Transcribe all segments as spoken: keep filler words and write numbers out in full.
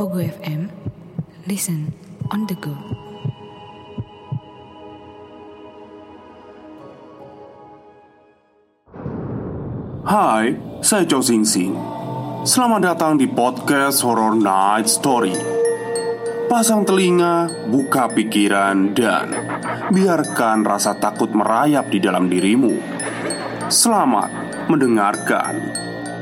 Pogo F M. Listen on the go. Hai, saya Chow Sing Sing. Selamat datang di podcast Horror Night Story. Pasang telinga, buka pikiran, dan biarkan rasa takut merayap di dalam dirimu. Selamat mendengarkan.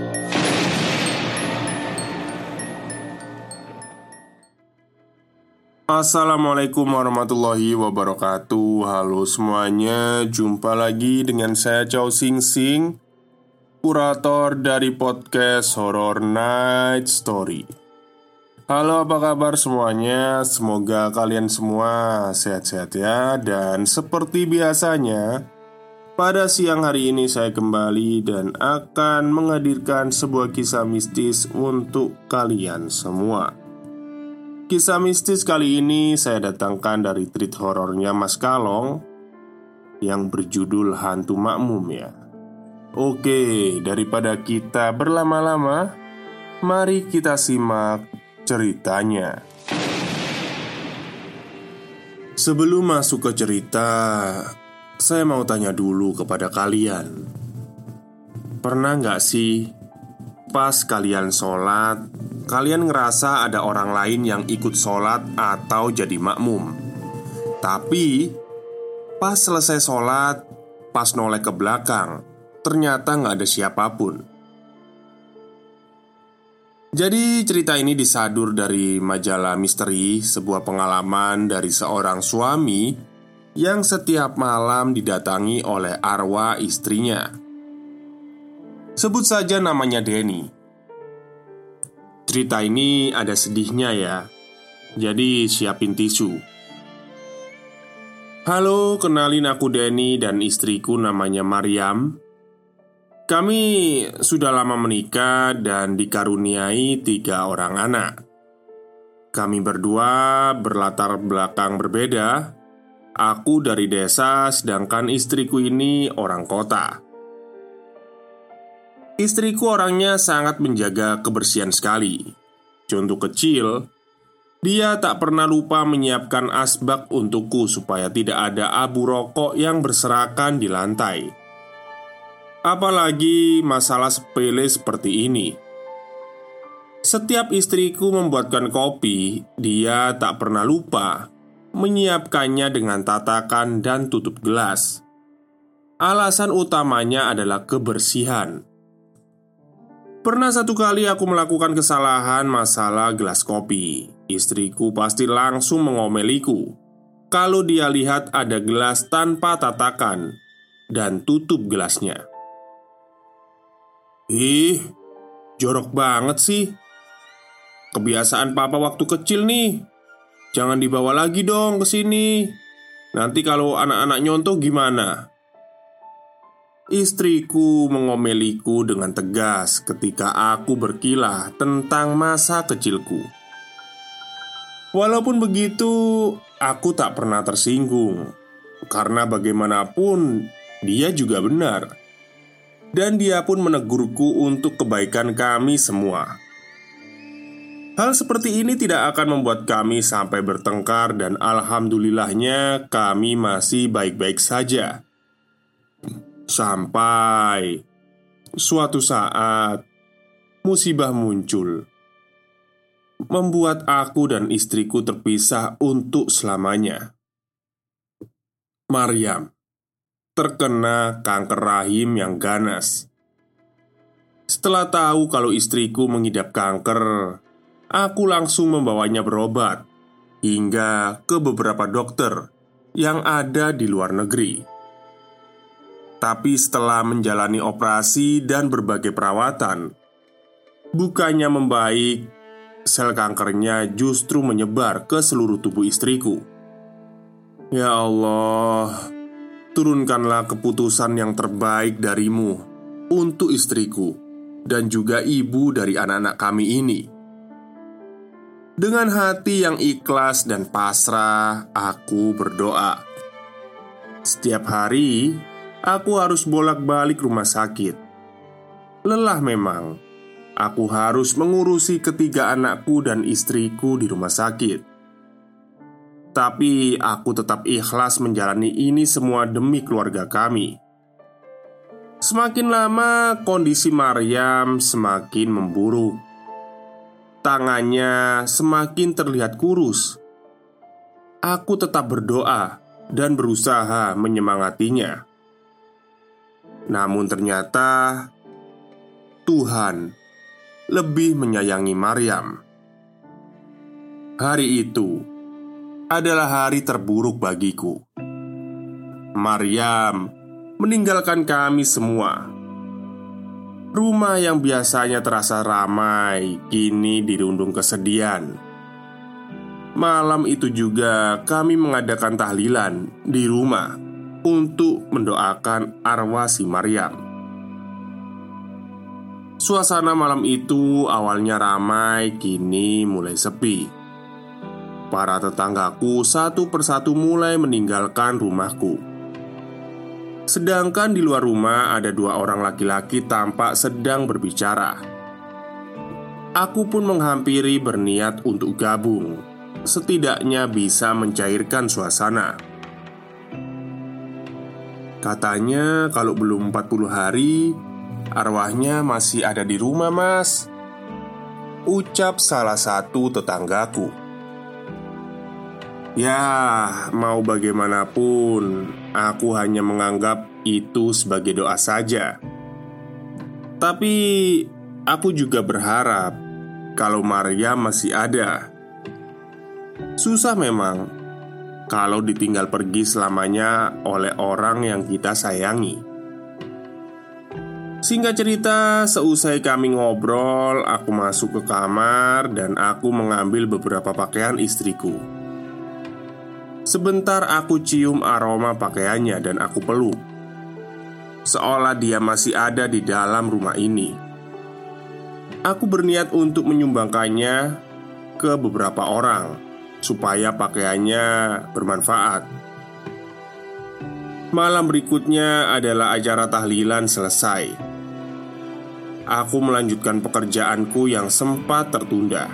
Assalamualaikum warahmatullahi wabarakatuh. Halo semuanya, jumpa lagi dengan saya Chow Sing Sing, kurator dari podcast Horror Night Story. Halo, apa kabar semuanya? Semoga kalian semua sehat-sehat ya. Dan seperti biasanya, pada siang hari ini saya kembali dan akan menghadirkan sebuah kisah mistis untuk kalian semua. Kisah mistis kali ini saya datangkan dari treat horornya Mas Kalong yang berjudul Hantu Makmum ya. Oke, daripada kita berlama-lama, mari kita simak ceritanya. Sebelum masuk ke cerita, saya mau tanya dulu kepada kalian. Pernah nggak sih pas kalian sholat, kalian ngerasa ada orang lain yang ikut sholat atau jadi makmum? Tapi pas selesai sholat, pas noleh ke belakang, ternyata nggak ada siapapun. Jadi cerita ini disadur dari majalah misteri, sebuah pengalaman dari seorang suami yang setiap malam didatangi oleh arwah istrinya. Sebut saja namanya Denny. Cerita ini ada sedihnya ya, jadi siapin tisu. Halo, kenalin aku Denny dan istriku namanya Mariam. Kami sudah lama menikah dan dikaruniai tiga orang anak. Kami berdua berlatar belakang berbeda. Aku dari desa, sedangkan istriku ini orang kota. Istriku orangnya sangat menjaga kebersihan sekali. Contoh kecil, dia tak pernah lupa menyiapkan asbak untukku supaya tidak ada abu rokok yang berserakan di lantai. Apalagi masalah sepele seperti ini. Setiap istriku membuatkan kopi, dia tak pernah lupa menyiapkannya dengan tatakan dan tutup gelas. Alasan utamanya adalah kebersihan. Pernah satu kali aku melakukan kesalahan masalah gelas kopi. Istriku pasti langsung mengomeliku kalau dia lihat ada gelas tanpa tatakan dan tutup gelasnya. Ih, jorok banget sih. Kebiasaan papa waktu kecil nih. Jangan dibawa lagi dong ke sini. Nanti kalau anak-anak nyontoh gimana? Istriku mengomeliku dengan tegas ketika aku berkilah tentang masa kecilku. Walaupun begitu, aku tak pernah tersinggung. Karena bagaimanapun, dia juga benar. Dan dia pun menegurku untuk kebaikan kami semua. Hal seperti ini tidak akan membuat kami sampai bertengkar. Dan alhamdulillahnya kami masih baik-baik saja. Sampai suatu saat musibah muncul, membuat aku dan istriku terpisah untuk selamanya. Mariam terkena kanker rahim yang ganas. Setelah tahu kalau istriku mengidap kanker, aku langsung membawanya berobat hingga ke beberapa dokter yang ada di luar negeri. Tapi setelah menjalani operasi dan berbagai perawatan, bukannya membaik, sel kankernya justru menyebar ke seluruh tubuh istriku. Ya Allah, turunkanlah keputusan yang terbaik darimu untuk istriku dan juga ibu dari anak-anak kami ini. Dengan hati yang ikhlas dan pasrah, aku berdoa. Setiap hari, aku harus bolak-balik rumah sakit. Lelah memang. aku harus mengurusi ketiga anakku dan istriku di rumah sakit. Tapi aku tetap ikhlas menjalani ini semua demi keluarga kami. Semakin lama kondisi Maryam semakin memburuk. Tangannya semakin terlihat kurus. Aku tetap berdoa dan berusaha menyemangatinya. Namun ternyata Tuhan lebih menyayangi Maryam. Hari itu adalah hari terburuk bagiku. Maryam meninggalkan kami semua. Rumah yang biasanya terasa ramai kini dirundung kesedihan. Malam itu juga kami mengadakan tahlilan di rumah untuk mendoakan arwah si Maryam. Suasana malam itu awalnya ramai, kini mulai sepi. Para tetanggaku satu persatu mulai meninggalkan rumahku. Sedangkan di luar rumah ada dua orang laki-laki tampak sedang berbicara. Aku pun menghampiri berniat untuk gabung, setidaknya bisa mencairkan suasana. Katanya kalau belum empat puluh hari arwahnya masih ada di rumah, Mas, ucap salah satu tetanggaku. Ya, mau bagaimanapun, aku hanya menganggap itu sebagai doa saja. Tapi aku juga berharap kalau Maryam masih ada. Susah memang kalau ditinggal pergi selamanya oleh orang yang kita sayangi. Singkat cerita, seusai kami ngobrol, aku masuk ke kamar dan aku mengambil beberapa pakaian istriku. Sebentar aku cium aroma pakaiannya dan aku peluk, seolah dia masih ada di dalam rumah ini. Aku berniat untuk menyumbangkannya ke beberapa orang supaya pakaiannya bermanfaat. Malam berikutnya adalah acara tahlilan selesai. Aku melanjutkan pekerjaanku yang sempat tertunda.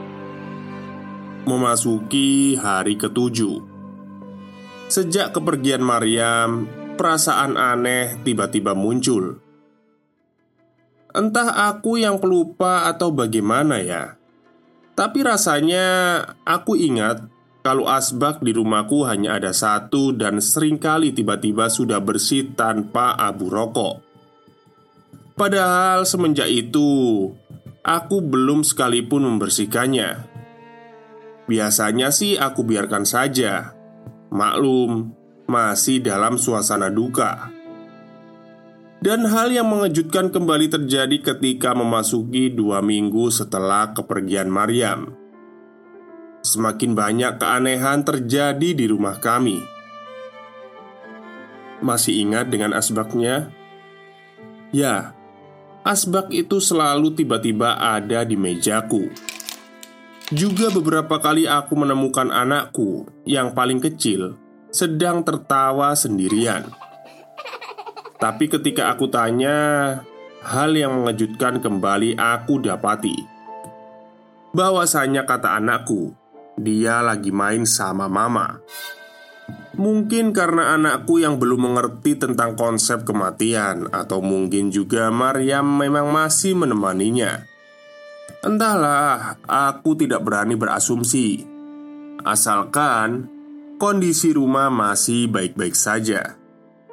Memasuki hari ketujuh. Sejak kepergian Maryam, perasaan aneh tiba-tiba muncul. Entah aku yang pelupa atau bagaimana ya. Tapi rasanya aku ingat kalau asbak di rumahku hanya ada satu dan seringkali tiba-tiba sudah bersih tanpa abu rokok. Padahal semenjak itu aku belum sekalipun membersihkannya. Biasanya sih aku biarkan saja. Maklum, masih dalam suasana duka. Dan hal yang mengejutkan kembali terjadi ketika memasuki dua minggu setelah kepergian Maryam. Semakin banyak keanehan terjadi di rumah kami. Masih ingat dengan asbaknya? Ya, asbak itu selalu tiba-tiba ada di mejaku. Juga beberapa kali aku menemukan anakku yang paling kecil sedang tertawa sendirian. Tapi ketika aku tanya, hal yang mengejutkan kembali aku dapati. Bahwasanya kata anakku, dia lagi main sama mama. Mungkin karena anakku yang belum mengerti tentang konsep kematian, atau mungkin juga Maryam memang masih menemaninya. Entahlah, aku tidak berani berasumsi. Asalkan kondisi rumah masih baik-baik saja.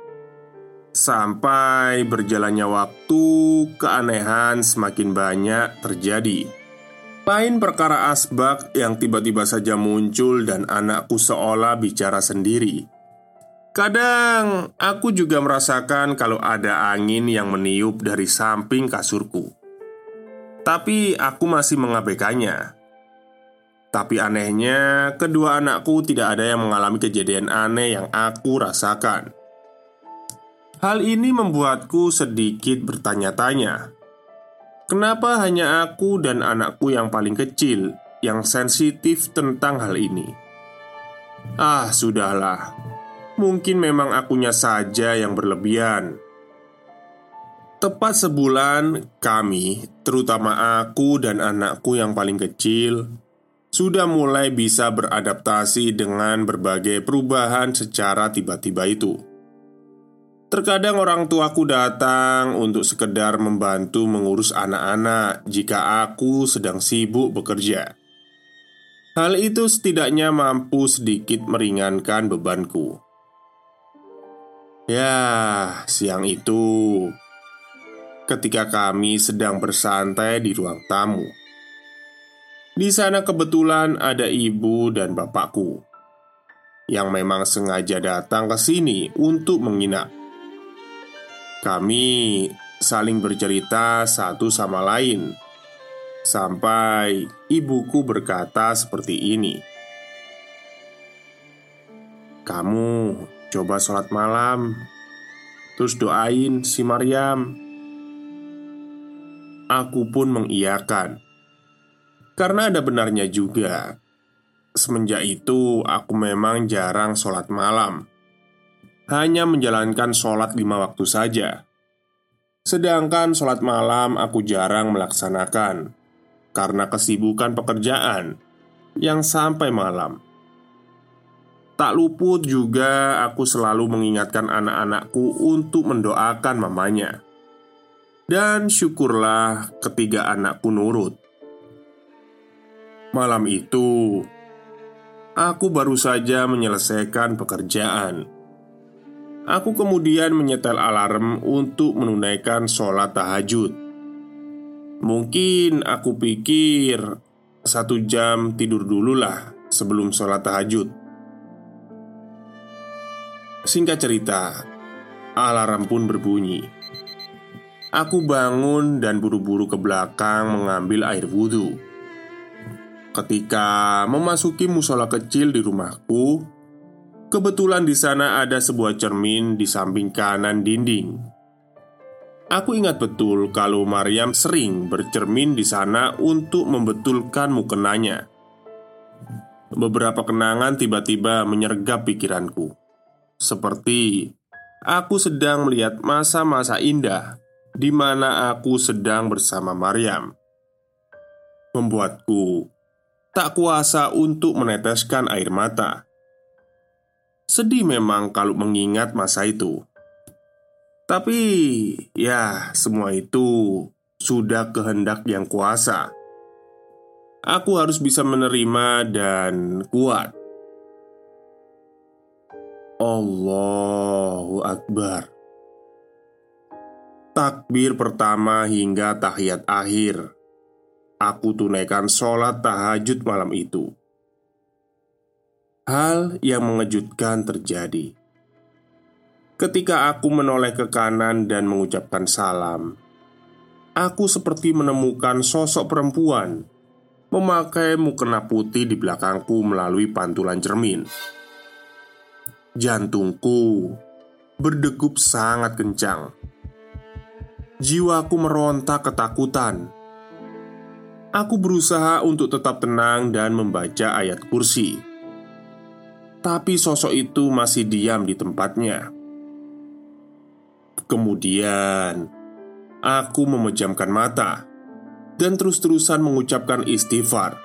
Sampai berjalannya waktu, keanehan semakin banyak terjadi. Lain perkara asbak yang tiba-tiba saja muncul dan anakku seolah bicara sendiri. Kadang aku juga merasakan kalau ada angin yang meniup dari samping kasurku. Tapi aku masih mengabaikannya. Tapi anehnya, kedua anakku tidak ada yang mengalami kejadian aneh yang aku rasakan. Hal ini membuatku sedikit bertanya-tanya. Kenapa hanya aku dan anakku yang paling kecil yang sensitif tentang hal ini? Ah, sudahlah. Mungkin memang akunya saja yang berlebihan. Tepat sebulan, kami, terutama aku dan anakku yang paling kecil, sudah mulai bisa beradaptasi dengan berbagai perubahan secara tiba-tiba itu. Terkadang orang tuaku datang untuk sekedar membantu mengurus anak-anak jika aku sedang sibuk bekerja. Hal itu setidaknya mampu sedikit meringankan bebanku. Ya, siang itu, ketika kami sedang bersantai di ruang tamu, di sana kebetulan ada ibu dan bapakku yang memang sengaja datang ke sini untuk menginap. Kami saling bercerita satu sama lain sampai ibuku berkata seperti ini, "Kamu coba sholat malam, terus doain si Maryam." Aku pun mengiyakan, karena ada benarnya juga. Semenjak itu aku memang jarang sholat malam, hanya menjalankan sholat lima waktu saja. Sedangkan sholat malam aku jarang melaksanakan karena kesibukan pekerjaan yang sampai malam. Tak luput juga aku selalu mengingatkan anak-anakku untuk mendoakan mamanya. Dan syukurlah ketiga anakku nurut. Malam itu, aku baru saja menyelesaikan pekerjaan. Aku kemudian menyetel alarm untuk menunaikan sholat tahajud. Mungkin aku pikir satu jam tidur dululah sebelum sholat tahajud. Singkat cerita, alarm pun berbunyi. Aku bangun dan buru-buru ke belakang mengambil air wudhu. Ketika memasuki musola kecil di rumahku, kebetulan di sana ada sebuah cermin di samping kanan dinding. Aku ingat betul kalau Maryam sering bercermin di sana untuk membetulkan mukenanya. Beberapa kenangan tiba-tiba menyergap pikiranku, seperti aku sedang melihat masa-masa indah di mana aku sedang bersama Maryam. Membuatku tak kuasa untuk meneteskan air mata. Sedih memang kalau mengingat masa itu. Tapi ya, semua itu sudah kehendak yang kuasa. Aku harus bisa menerima dan kuat. Allahu Akbar. Takbir pertama hingga tahiyat akhir, aku tunaikan sholat tahajud malam itu. Hal yang mengejutkan terjadi ketika aku menoleh ke kanan dan mengucapkan salam. Aku seperti menemukan sosok perempuan memakai mukena putih di belakangku melalui pantulan cermin. Jantungku berdegup sangat kencang. Jiwaku meronta ketakutan. Aku berusaha untuk tetap tenang dan membaca ayat kursi. Tapi sosok itu masih diam di tempatnya. Kemudian, aku memejamkan mata dan terus-terusan mengucapkan istighfar.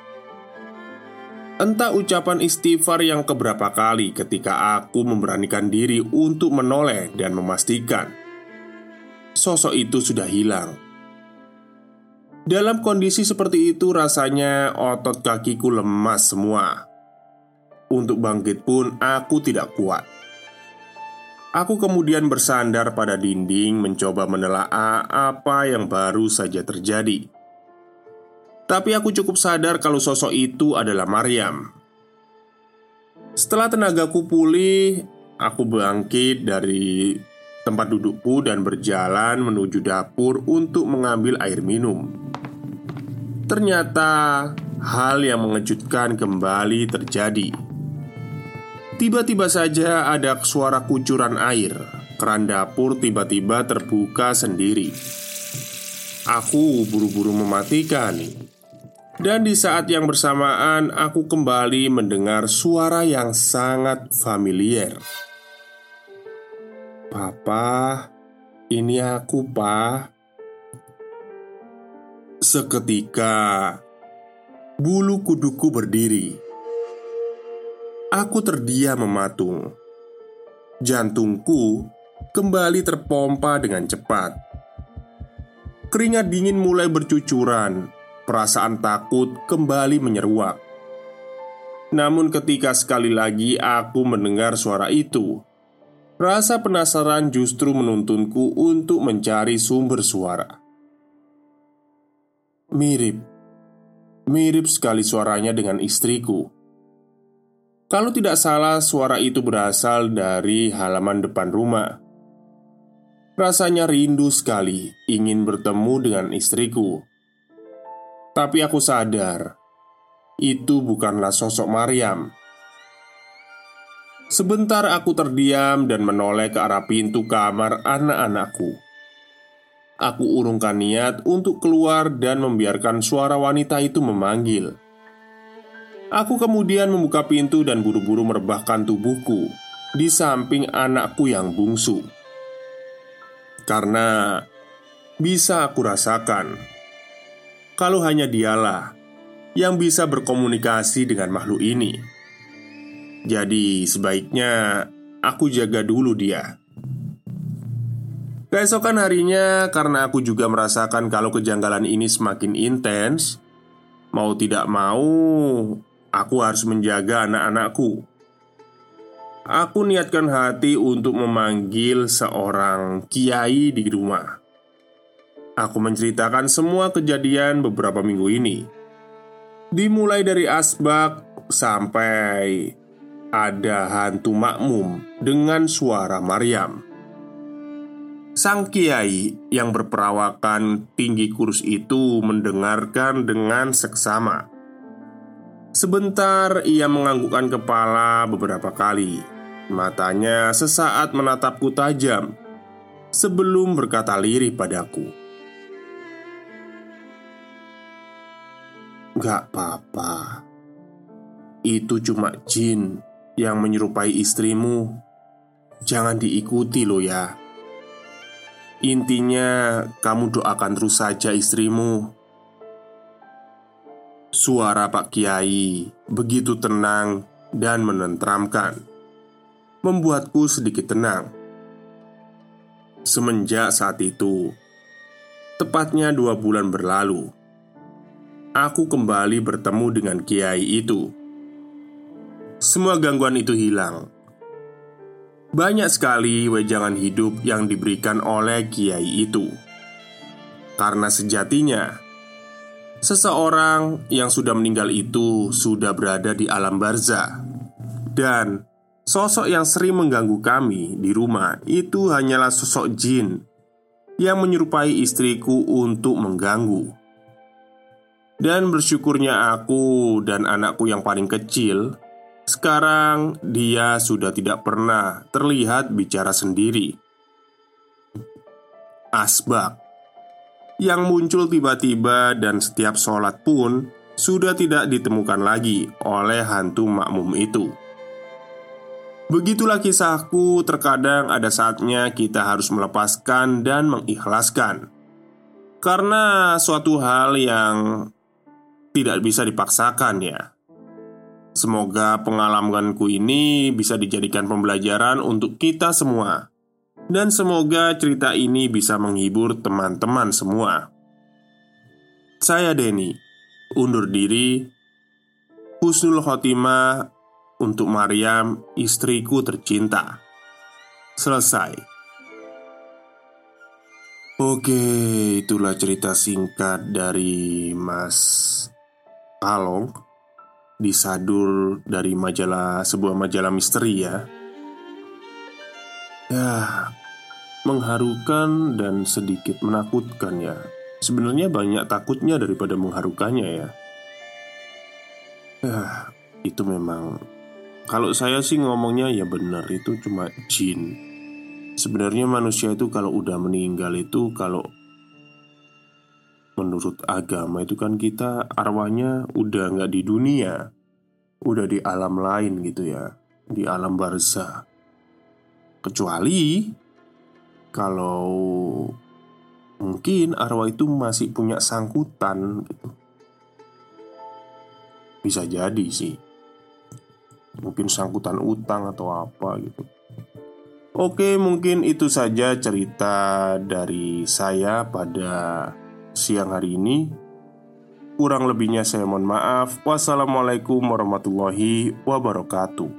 Entah ucapan istighfar yang keberapa kali ketika aku memberanikan diri untuk menoleh dan memastikan sosok itu sudah hilang. Dalam kondisi seperti itu rasanya otot kakiku lemas semua. Untuk bangkit pun aku tidak kuat. Aku kemudian bersandar pada dinding mencoba menelaah apa yang baru saja terjadi. Tapi aku cukup sadar kalau sosok itu adalah Maryam. Setelah tenagaku pulih, aku bangkit dari tempat dudukku dan berjalan menuju dapur untuk mengambil air minum. Ternyata hal yang mengejutkan kembali terjadi. Tiba-tiba saja ada suara kucuran air. Keran dapur tiba-tiba terbuka sendiri. Aku buru-buru mematikan. Dan di saat yang bersamaan aku kembali mendengar suara yang sangat familiar. "Papa, Ini aku, Pak." Seketika bulu kuduku berdiri. Aku terdiam mematung. Jantungku kembali terpompa dengan cepat. Keringat dingin mulai bercucuran. Perasaan takut kembali menyeruak. Namun ketika sekali lagi aku mendengar suara itu, rasa penasaran justru menuntunku untuk mencari sumber suara. Mirip, mirip sekali suaranya dengan istriku. Kalau tidak salah, suara itu berasal dari halaman depan rumah. Rasanya rindu sekali ingin bertemu dengan istriku. Tapi aku sadar, itu bukanlah sosok Maryam. Sebentar aku terdiam dan menoleh ke arah pintu kamar anak-anakku. Aku urungkan niat untuk keluar dan membiarkan suara wanita itu memanggil. Aku kemudian membuka pintu dan buru-buru merebahkan tubuhku di samping anakku yang bungsu. Karena bisa aku rasakan kalau hanya dialah yang bisa berkomunikasi dengan makhluk ini. Jadi sebaiknya aku jaga dulu dia. Keesokan harinya, karena aku juga merasakan kalau kejanggalan ini semakin intens, mau tidak mau, aku harus menjaga anak-anakku. Aku niatkan hati untuk memanggil seorang kiai di rumah. Aku menceritakan semua kejadian beberapa minggu ini, dimulai dari asbak sampai ada hantu makmum dengan suara Maryam. Sang kiai yang berperawakan tinggi kurus itu mendengarkan dengan seksama. Sebentar ia menganggukkan kepala beberapa kali. Matanya sesaat menatapku tajam sebelum berkata lirih padaku, "Gak apa-apa. Itu cuma jin yang menyerupai istrimu. Jangan diikuti lo ya. Intinya, kamu doakan terus saja istrimu." Suara Pak Kiai begitu tenang dan menenteramkan, membuatku sedikit tenang. Semenjak saat itu, tepatnya dua bulan berlalu, aku kembali bertemu dengan Kiai itu. Semua gangguan itu hilang. Banyak sekali wejangan hidup yang diberikan oleh kiai itu. Karena sejatinya, seseorang yang sudah meninggal itu sudah berada di alam barzah. Dan sosok yang sering mengganggu kami di rumah itu hanyalah sosok jin yang menyerupai istriku untuk mengganggu. Dan bersyukurnya aku dan anakku yang paling kecil, sekarang dia sudah tidak pernah terlihat bicara sendiri. Asbak yang muncul tiba-tiba dan setiap sholat pun sudah tidak ditemukan lagi oleh hantu makmum itu. Begitulah kisahku. Terkadang ada saatnya kita harus melepaskan dan mengikhlaskan, karena suatu hal yang tidak bisa dipaksakan ya. Semoga pengalamanku ini bisa dijadikan pembelajaran untuk kita semua. Dan semoga cerita ini bisa menghibur teman-teman semua. Saya Denny, undur diri. Husnul khotimah untuk Maryam, istriku tercinta. Selesai. Oke, itulah cerita singkat dari Mas Kalong, disadur dari majalah, sebuah majalah misteri ya. Ya, mengharukan dan sedikit menakutkan ya. Sebenarnya banyak takutnya daripada mengharukannya ya. Ya, itu memang, kalau saya sih ngomongnya ya benar, itu cuma jin. Sebenarnya manusia itu kalau udah meninggal itu, kalau menurut agama itu kan kita arwahnya udah nggak di dunia, udah di alam lain gitu ya, di alam barzah. Kecuali kalau mungkin arwah itu masih punya sangkutan gitu. Bisa jadi sih. Mungkin sangkutan utang atau apa gitu. Oke, mungkin itu saja cerita dari saya pada siang hari ini. Kurang lebihnya saya mohon maaf. Wassalamualaikum warahmatullahi wabarakatuh.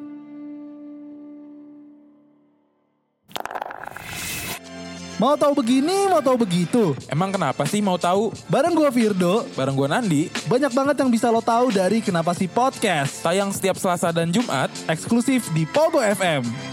Mau tahu begini, mau tahu begitu. Emang kenapa sih mau tahu? Bareng gue Firdo, Bareng gue Nandi. banyak banget yang bisa lo tahu dari Kenapa Sih Podcast. Tayang setiap Selasa dan Jumat. Eksklusif di Pogo F M.